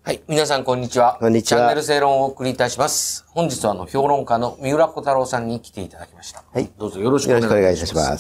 はい。皆さん、こんにちは。 こんにちは。 チャンネル正論をお送りいたします。本日は評論家の三浦小太郎さんに来ていただきました。 はい。 どうぞよろしくお願いいたします。 よろしくお願いいたします。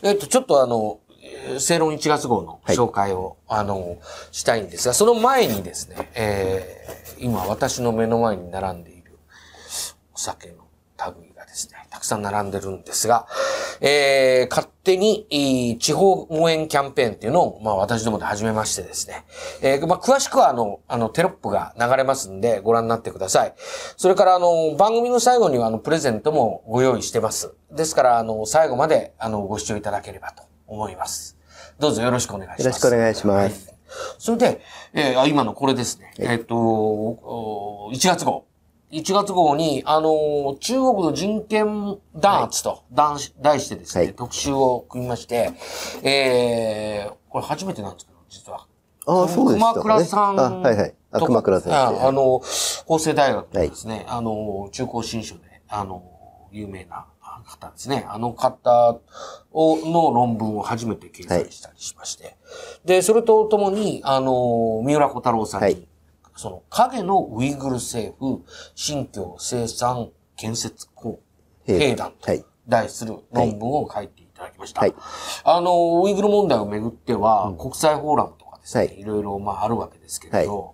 ちょっと正論1月号の紹介を、したいんですが、その前にですね、今私の目の前に並んでいるお酒の類がですね、たくさん並んでるんですが、勝手に地方応援キャンペーンっていうのを、私どもで始めましてですね、詳しくはテロップが流れますんでご覧になってください。それから番組の最後にはプレゼントもご用意してます。ですから最後までご視聴いただければと思います。どうぞよろしくお願いします。 よろしくお願いします。 はい、それで、今のこれですね。1月号。1月号に、中国の人権弾圧と題してですね、はい、特集を組みまして、これ初めてなんですけど、実は。 ああ、そうですか、ね。 熊倉さん。 はいはい。熊倉さん。 法政大学のですね、はい、中高新書で、有名な方ですね。あの方の論文を初めて掲載したりしまして。はい、で、それとともに、三浦小太郎さんに、はい、その影のウイグル政府新疆生産建設兵団と題する論文を書いていただきました。はい、ウイグル問題をめぐっては、国際フォーラムとかですね、いろいろあるわけですけれど、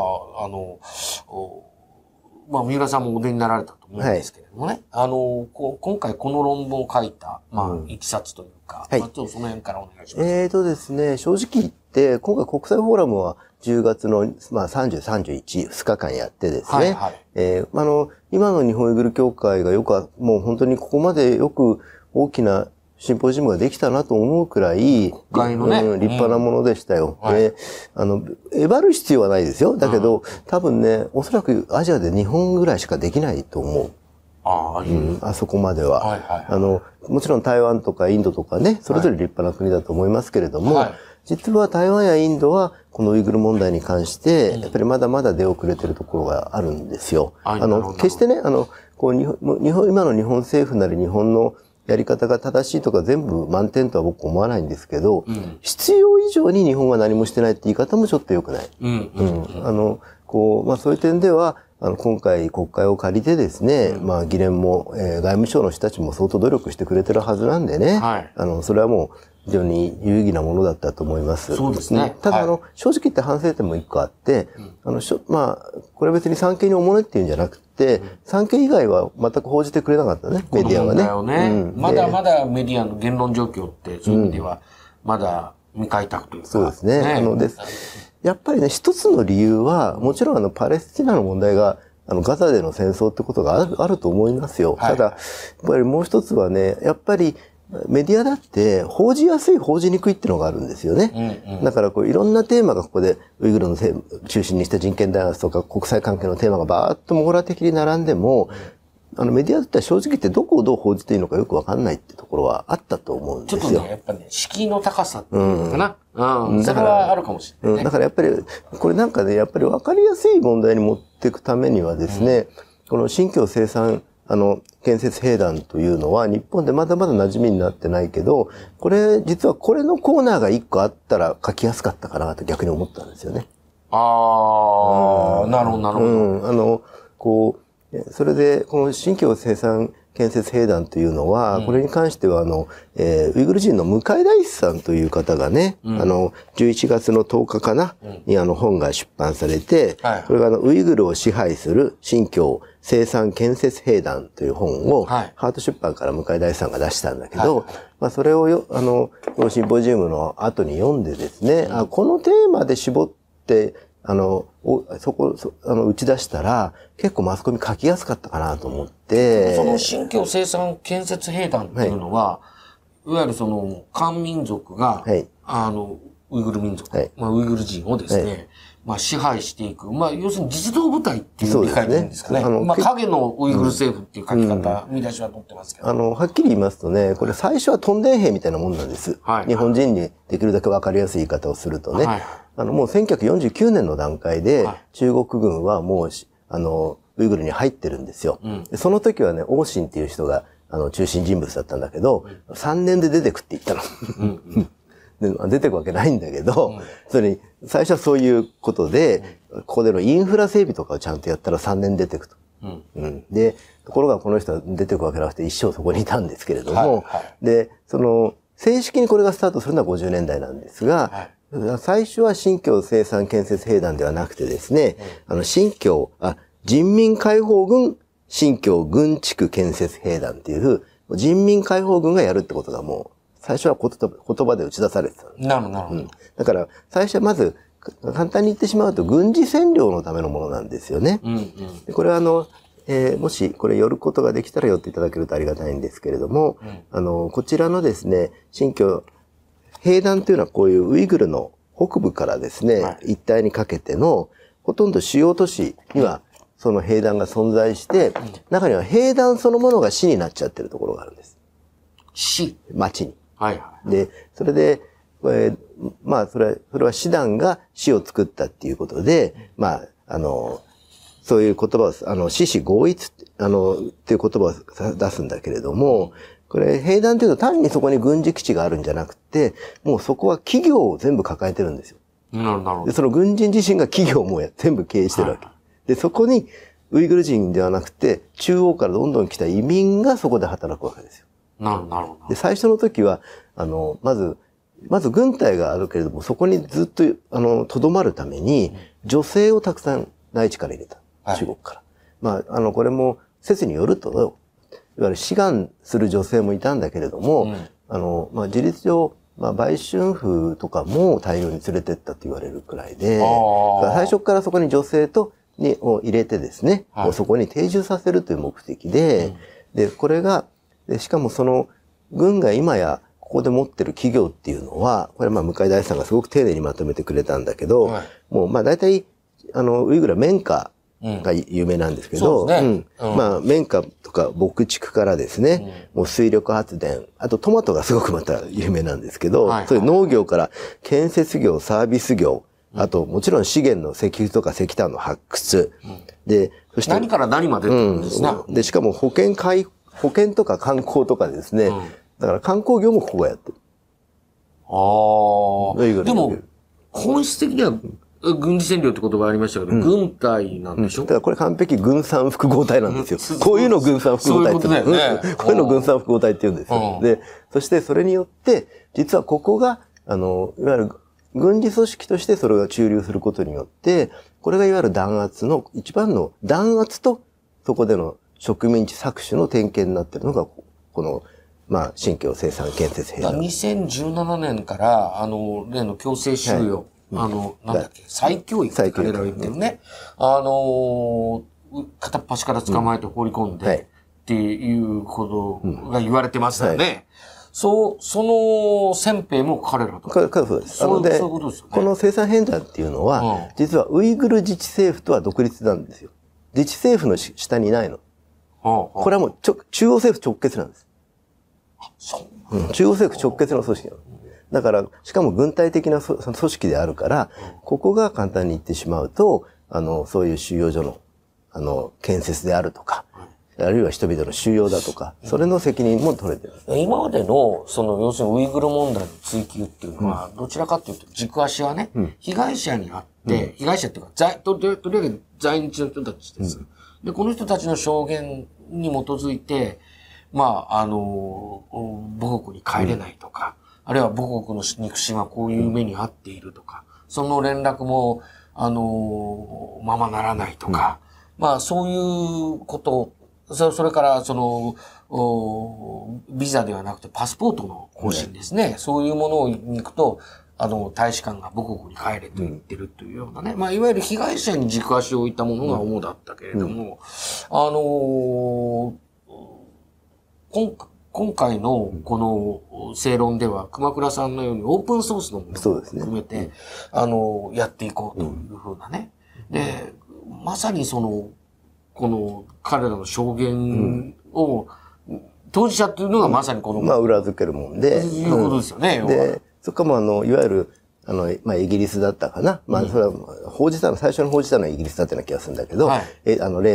はい、三浦さんもお出になられたと思うんですけれどもね、はい、今回この論文を書いた、いきさつというか、ちょっとその辺からお願いします。 ですね、正直言って、今回国際フォーラムは10月の、30、31、2日間やってですね、はいはい、今の日本ウイグル協会がもう本当にここまでよく大きなシンポジウムができたなと思うくらい、立派なものでしたよ。で、えばる必要はないですよ。だけど、多分ね、おそらくアジアで2本ぐらいしかできないと思う。あそこまでは。もちろん台湾とかインドとかね、それぞれ立派な国だと思いますけれども、はい、実は台湾やインドはこのウイグル問題に関して、やっぱりまだまだ出遅れてるところがあるんですよ。決してね、今の日本政府なり日本のやり方が正しいとか全部満点とは僕思わないんですけど、必要以上に日本は何もしてないって言い方もちょっと良くない。そういう点では、今回国会を借りてですね、議連も、外務省の人たちも相当努力してくれてるはずなんでね、はい、それはもう非常に有意義なものだったと思います。 そうですね。 ただ、正直言って反省点も一個あって、これ別に産経におもねっていうんじゃなくて、産経以外は全く報じてくれなかったね、メディアはね。 まだまだメディアの言論状況って、そういう意味では、まだ未開拓というか。 そうですね。やっぱりね、一つの理由は、もちろんパレスチナの問題が、ガザでの戦争ってことがあると思いますよ。ただ、やっぱりもう一つはね、やっぱりメディアだって報じやすい、報じにくいっていうのがあるんですよね。だからいろんなテーマがここでウイグルの中心にした人権弾圧とか国際関係のテーマがバーッと網羅的に並んでも、メディアだったら正直言ってどこをどう報じていいのかよくわかんないってところはあったと思うんですよ。 ちょっとね、やっぱね、敷居の高さっていうのかな。それはあるかもしれない、ね。 だからやっぱり、これなんかね、やっぱりわかりやすい問題に持っていくためにはですね、この新疆生産、建設兵団というのは日本でまだまだ馴染みになってないけど、実はこれのコーナーが一個あったら書きやすかったかなと逆に思ったんですよね。 なるほど、なるほど。 それで、この新疆生産建設兵団というのは、これに関しては、ウイグル人の向井大志さんという方がね、11月の10日かな、に本が出版されて、これがウイグルを支配する新疆生産建設兵団という本を、ハート出版から向井大志さんが出したんだけど、それをこのシンポジウムの後に読んでですね、このテーマで絞って、打ち出したら、結構マスコミ書きやすかったかなと思って。 その新疆生産建設兵団っていうのは、いわゆる漢民族が、ウイグル民族、ウイグル人をですね、支配していく。要するに実動部隊っていう理解でいいんですかね。影のウイグル政府っていう書き方、見出しは取ってますけど。 はっきり言いますとね、これ最初はトンデン兵みたいなもんなんです。日本人にできるだけわかりやすい言い方をするとね。もう1949年の段階で、中国軍はもう、ウイグルに入ってるんですよ。その時はね、王信っていう人が、中心人物だったんだけど、3年で出てくって言ったの。 出てくわけないんだけど、それに、最初はそういうことで、ここでのインフラ整備とかをちゃんとやったら3年出てくと。で、ところがこの人は出てくわけなくて一生そこにいたんですけれども、で、正式にこれがスタートするのは50年代なんですが、最初は新疆生産建設兵団ではなくてですね、人民解放軍新疆軍地区建設兵団っていう、人民解放軍がやるってことがもう、最初は言葉で打ち出されてた。 なるほど。 だから、最初はまず、簡単に言ってしまうと、軍事占領のためのものなんですよね。これはもしこれ寄ることができたら寄っていただけるとありがたいんですけれども、こちらのですね、新疆兵団というのはこういうウイグルの北部からですね、一帯にかけてのほとんど主要都市にはその兵団が存在して、中には兵団そのものが市になっちゃってるところがあるんです。 市？ 町に。で、それで、まあそれは師団が市を作ったっていうことで、まあそういう言葉を、獅子合一っていう言葉を出すんだけれども、これ、兵団というと単にそこに軍事基地があるんじゃなくて、もうそこは企業を全部抱えてるんですよ。 なるほど。 で、その軍人自身が企業も全部経営してるわけ。で、そこにウイグル人ではなくて、中央からどんどん来た移民がそこで働くわけですよ。 なるほど。 で、最初の時は、まず軍隊があるけれども、そこにずっと、留まるために、女性をたくさん内地から入れた。中国から。まあ、これも説によると、いわゆる志願する女性もいたんだけれども、まあ、事実上、まあ、売春婦とかも大量に連れてったと言われるくらいで、最初からそこに女性を入れてですね、そこに定住させるという目的で、で、これが、しかも軍が今やここで持ってる企業っていうのは、これまあ、向井大さんがすごく丁寧にまとめてくれたんだけど、もうまあ、大体、ウイグルは綿花が有名なんですけど、まあ、綿花とか牧畜からですね、もう水力発電、あとトマトがすごくまた有名なんですけど、そういう農業から建設業、サービス業、あともちろん資源の石油とか石炭の発掘、で、そして何から何までですね。 で、しかも保険とか観光とかですね、だから観光業もここがやってる。 でも、本質的には、軍事占領って言葉ありましたけど、軍隊なんでしょ？ だからこれ完璧軍産複合体なんですよ。こういうの軍産複合体って言うんです。こういうの軍産複合体って言うんですよ。で、そしてそれによって、実はここが、いわゆる軍事組織としてそれが駐留することによって、これがいわゆる弾圧の、一番の弾圧と、そこでの植民地搾取の典型になっているのが、この、まあ、新疆生産建設兵団。 2017年から、例の強制収容。なんだっけ、再教育って彼らが言ってるね。片っ端から捕まえて放り込んで、っていうことが言われてますよね。その先兵も彼らと。 そうです。そういうことですよね。この生産兵団っていうのは、実はウイグル自治政府とは独立なんですよ。自治政府の下にいないの。これはもう中央政府直結なんです。中央政府直結の組織なの。だから、しかも軍隊的な組織であるから、ここが簡単に言ってしまうと、そういう収容所の、建設であるとか、あるいは人々の収容だとか、それの責任も取れてる。 今までの、要するにウイグル問題の追及っていうのは、どちらかというと、軸足はね、被害者にあって、被害者っていうか、とりあえず在日の人たちです。で、この人たちの証言に基づいて、まあ、母国に帰れないとか、あるいは母国の肉親はこういう目に遭っているとか、その連絡も、ままならないとか、まあそういうこと、それからビザではなくてパスポートの更新ですね。そういうものに行くと、大使館が母国に帰れと言ってるというようなね。まあいわゆる被害者に軸足を置いたものが主だったけれども、今回のこの正論では、熊倉さんのようにオープンソースのものを含めて、やっていこうというふうなね。で、まさにこの彼らの証言を、当事者っていうのがまさにこの、 まあ裏付けるもんで。 いうことですよね。 で、そこもいわゆる、まあイギリスだったかな。まあそれは最初に報じたのはイギリスだったような気がするんだけど、例の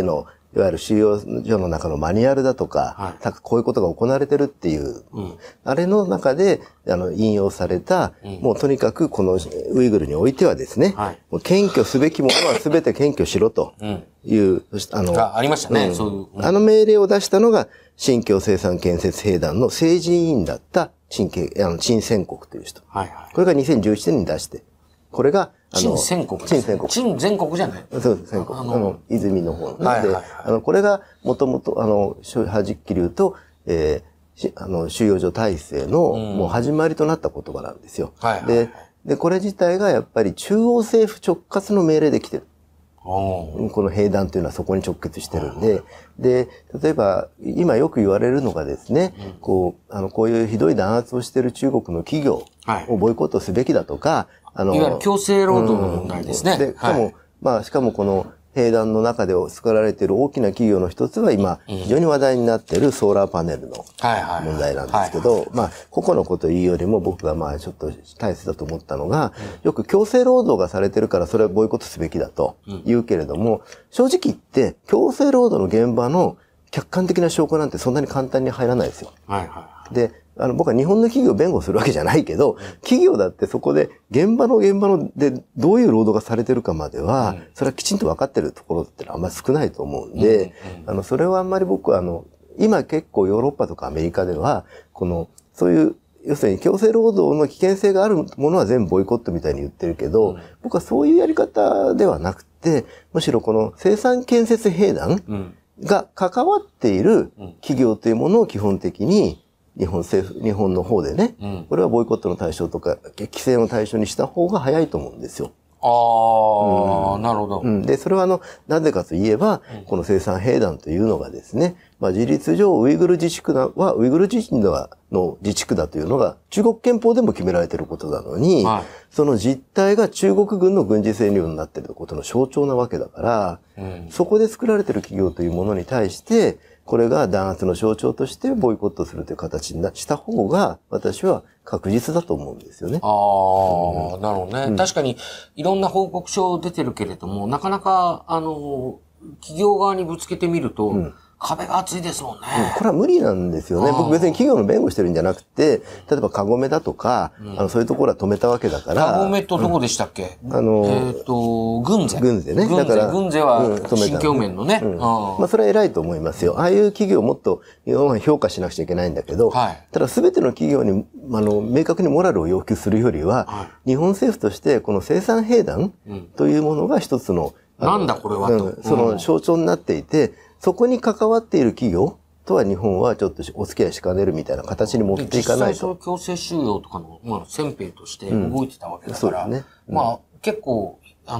いわゆる収容所の中のマニュアルだとか、こういうことが行われてるっていう、あれの中で、引用された、もうとにかくこのウイグルにおいてはですね、もう検挙すべきものは全て検挙しろという、 ありましたね、そういう。 命令を出したのが、新共生産建設兵団の政治委員だった陳宣国という人。これが2017年に出して、これが、 陳宣国。陳宣国。陳全国じゃない？ そうです、宣国。泉の方で、これが、もともと、はじっきり言うと、収容所体制の、もう始まりとなった言葉なんですよ。で、これ自体がやっぱり中央政府直轄の命令で来てる。この兵団というのはそこに直結してるんで、で、例えば、今よく言われるのがですね、こういうひどい弾圧をしている中国の企業をボイコットすべきだとか、 いわゆる強制労働の問題ですね。 で、しかもこの兵団の中で作られている大きな企業の一つは今、非常に話題になっているソーラーパネルの問題なんですけど、個々のことを言うよりも僕がちょっと大切だと思ったのが、よく強制労働がされてるからそれはボイコットすべきだと言うけれども、正直言って強制労働の現場の客観的な証拠なんてそんなに簡単に入らないですよ。で、僕は日本の企業を弁護するわけじゃないけど、企業だってそこで現場のでどういう労働がされてるかまでは、それはきちんと分かってるところってのはあんまり少ないと思うんで、それはあんまり僕は今結構ヨーロッパとかアメリカでは、そういう、要するに強制労働の危険性があるものは全部ボイコットみたいに言ってるけど、僕はそういうやり方ではなくて、むしろこの生産建設兵団が関わっている企業というものを基本的に日本の方でね、これはボイコットの対象とか規制の対象にした方が早いと思うんですよ。 なるほど。 で、それはなぜかといえば、この生産兵団というのがですね、事実上ウイグル自治区はウイグル自身の自治区だというのが中国憲法でも決められていることなのに、その実態が中国軍の軍事占領になっていることの象徴なわけだから、そこで作られている企業というものに対して、これが弾圧の象徴としてボイコットするという形にした方が、私は確実だと思うんですよね。 なるほどね。確かに、いろんな報告書出てるけれども、なかなか、企業側にぶつけてみると、壁が厚いですもんね。 これは無理なんですよね。僕別に企業の弁護してるんじゃなくて、例えばカゴメだとか、そういうところは止めたわけだから。 カゴメとどこでしたっけ？軍勢。 軍勢ね。 だから、軍勢は新疆面のね。 それは偉いと思いますよ。ああいう企業をもっと評価しなくちゃいけないんだけど、ただ全ての企業に、明確にモラルを要求するよりは、日本政府としてこの生産兵団というものが一つの、 なんだこれはと。 その象徴になっていて、そこに関わっている企業とは日本はちょっとお付き合いしかねるみたいな形に持っていかないと。 実際その強制収容とかの、先兵として動いてたわけだから、結構、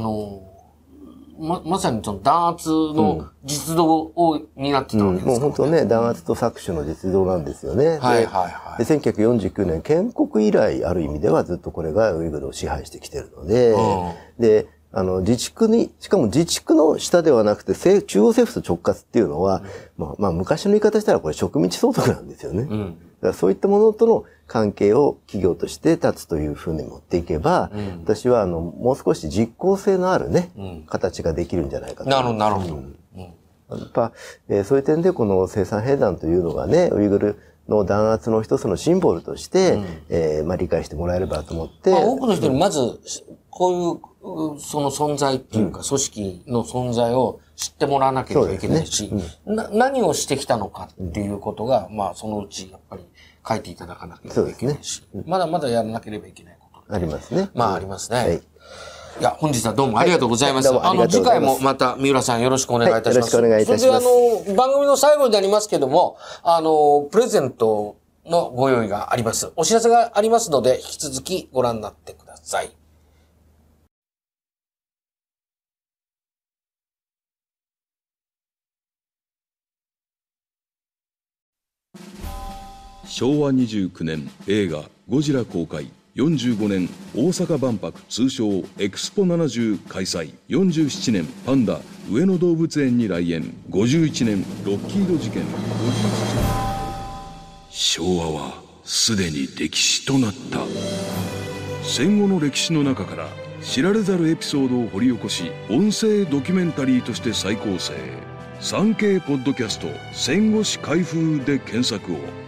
まさにその弾圧の実動を担ってたわけですからね。 もう本当ね、弾圧と搾取の実動なんですよね。で、1949年建国以来ある意味ではずっとこれがウイグルを支配してきてるので、で、自治区に、しかも自治区の下ではなくて、中央政府と直轄っていうのは、昔の言い方したらこれ植民地相続なんですよね。だからそういったものとの関係を企業として立つというふうに持っていけば、私はもう少し実効性のあるね、形ができるんじゃないかと。 なるほど。 やっぱ、そういう点でこの生産兵団というのがね、ウイグルの弾圧の一つのシンボルとして、理解してもらえればと思って。 多くの人にまず、こういうその存在っていうか、組織の存在を知ってもらわなければいけないし、何をしてきたのかっていうことが、そのうちやっぱり書いていただかなければいけないし、まだまだやらなければいけないこと。 ありますね。 ありますね。いや、本日はどうもありがとうございます。次回もまた三浦さんよろしくお願いいたします。 よろしくお願いいたします。 それで番組の最後になりますけども、プレゼントのご用意があります。お知らせがありますので、引き続きご覧になってください。 昭和29年映画ゴジラ公開、45年大阪万博通称エクスポ70開催、47年パンダ上野動物園に来園、51年ロッキード事件、57年昭和はすでに歴史となった。戦後の歴史の中から知られざるエピソードを掘り起こし、音声ドキュメンタリーとして再構成。 産経ポッドキャスト戦後史開封で検索を。